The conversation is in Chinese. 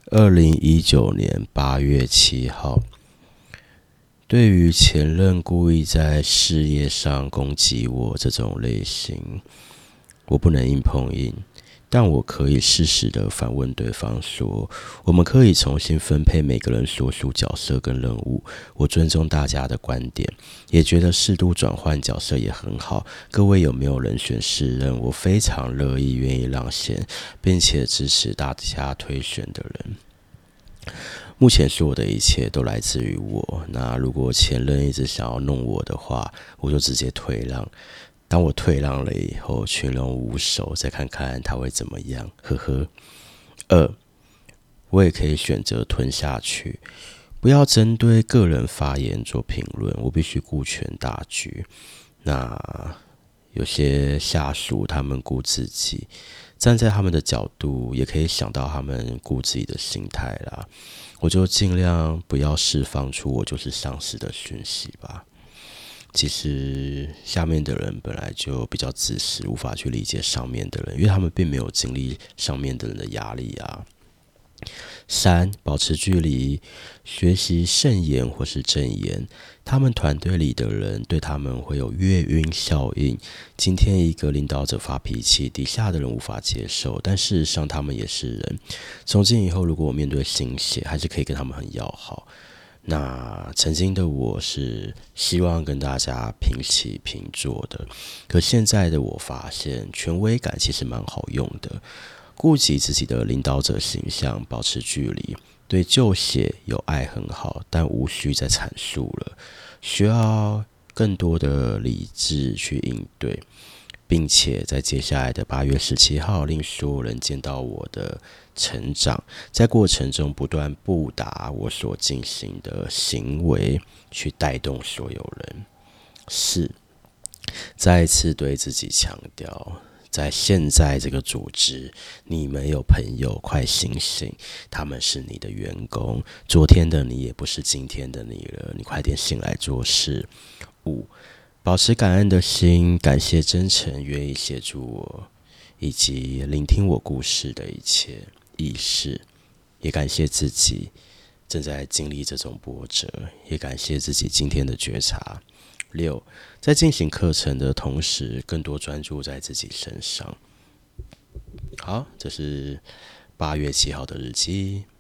2019年8月7号，对于前任故意在事业上攻击我这种类型，我不能硬碰硬，但我可以适时的反问对方说，我们可以重新分配每个人所属角色跟任务，我尊重大家的观点，也觉得适度转换角色也很好，各位有没有人选适任？我非常乐意愿意让贤，并且支持大家推选的人。目前所有的一切都来自于我，那如果前任一直想要弄我的话，我就直接退让。当我退让了以后，群龙无首，再看看他会怎么样，呵呵。2，我也可以选择吞下去，不要针对个人发言做评论，我必须顾全大局。那有些下属他们顾自己，站在他们的角度，也可以想到他们顾自己的心态啦。我就尽量不要释放出我就是上司的讯息吧。其实下面的人本来就比较自私，无法去理解上面的人，因为他们并没有经历上面的人的压力啊。3，保持距离，学习慎言或是正言。他们团队里的人对他们会有月晕效应。今天一个领导者发脾气，底下的人无法接受，但事实上他们也是人。从今以后，如果我面对新血，还是可以跟他们很要好。那曾经的我是希望跟大家平起平坐的，可现在的我发现权威感其实蛮好用的。顾及自己的领导者形象，保持距离，对旧血有爱很好，但无需再阐述了，需要更多的理智去应对，并且在接下来的8月17号，令所有人见到我的成长，在过程中不断布达我所进行的行为，去带动所有人。4，再一次对自己强调，在现在这个组织，你没有朋友，快醒醒！他们是你的员工，昨天的你也不是今天的你了，你快点醒来做事。5，保持感恩的心，感谢真诚愿意协助我，以及聆听我故事的一切意识，也感谢自己正在经历这种波折，也感谢自己今天的觉察。6，在进行课程的同时，更多专注在自己身上。好，这是8月7号的日记。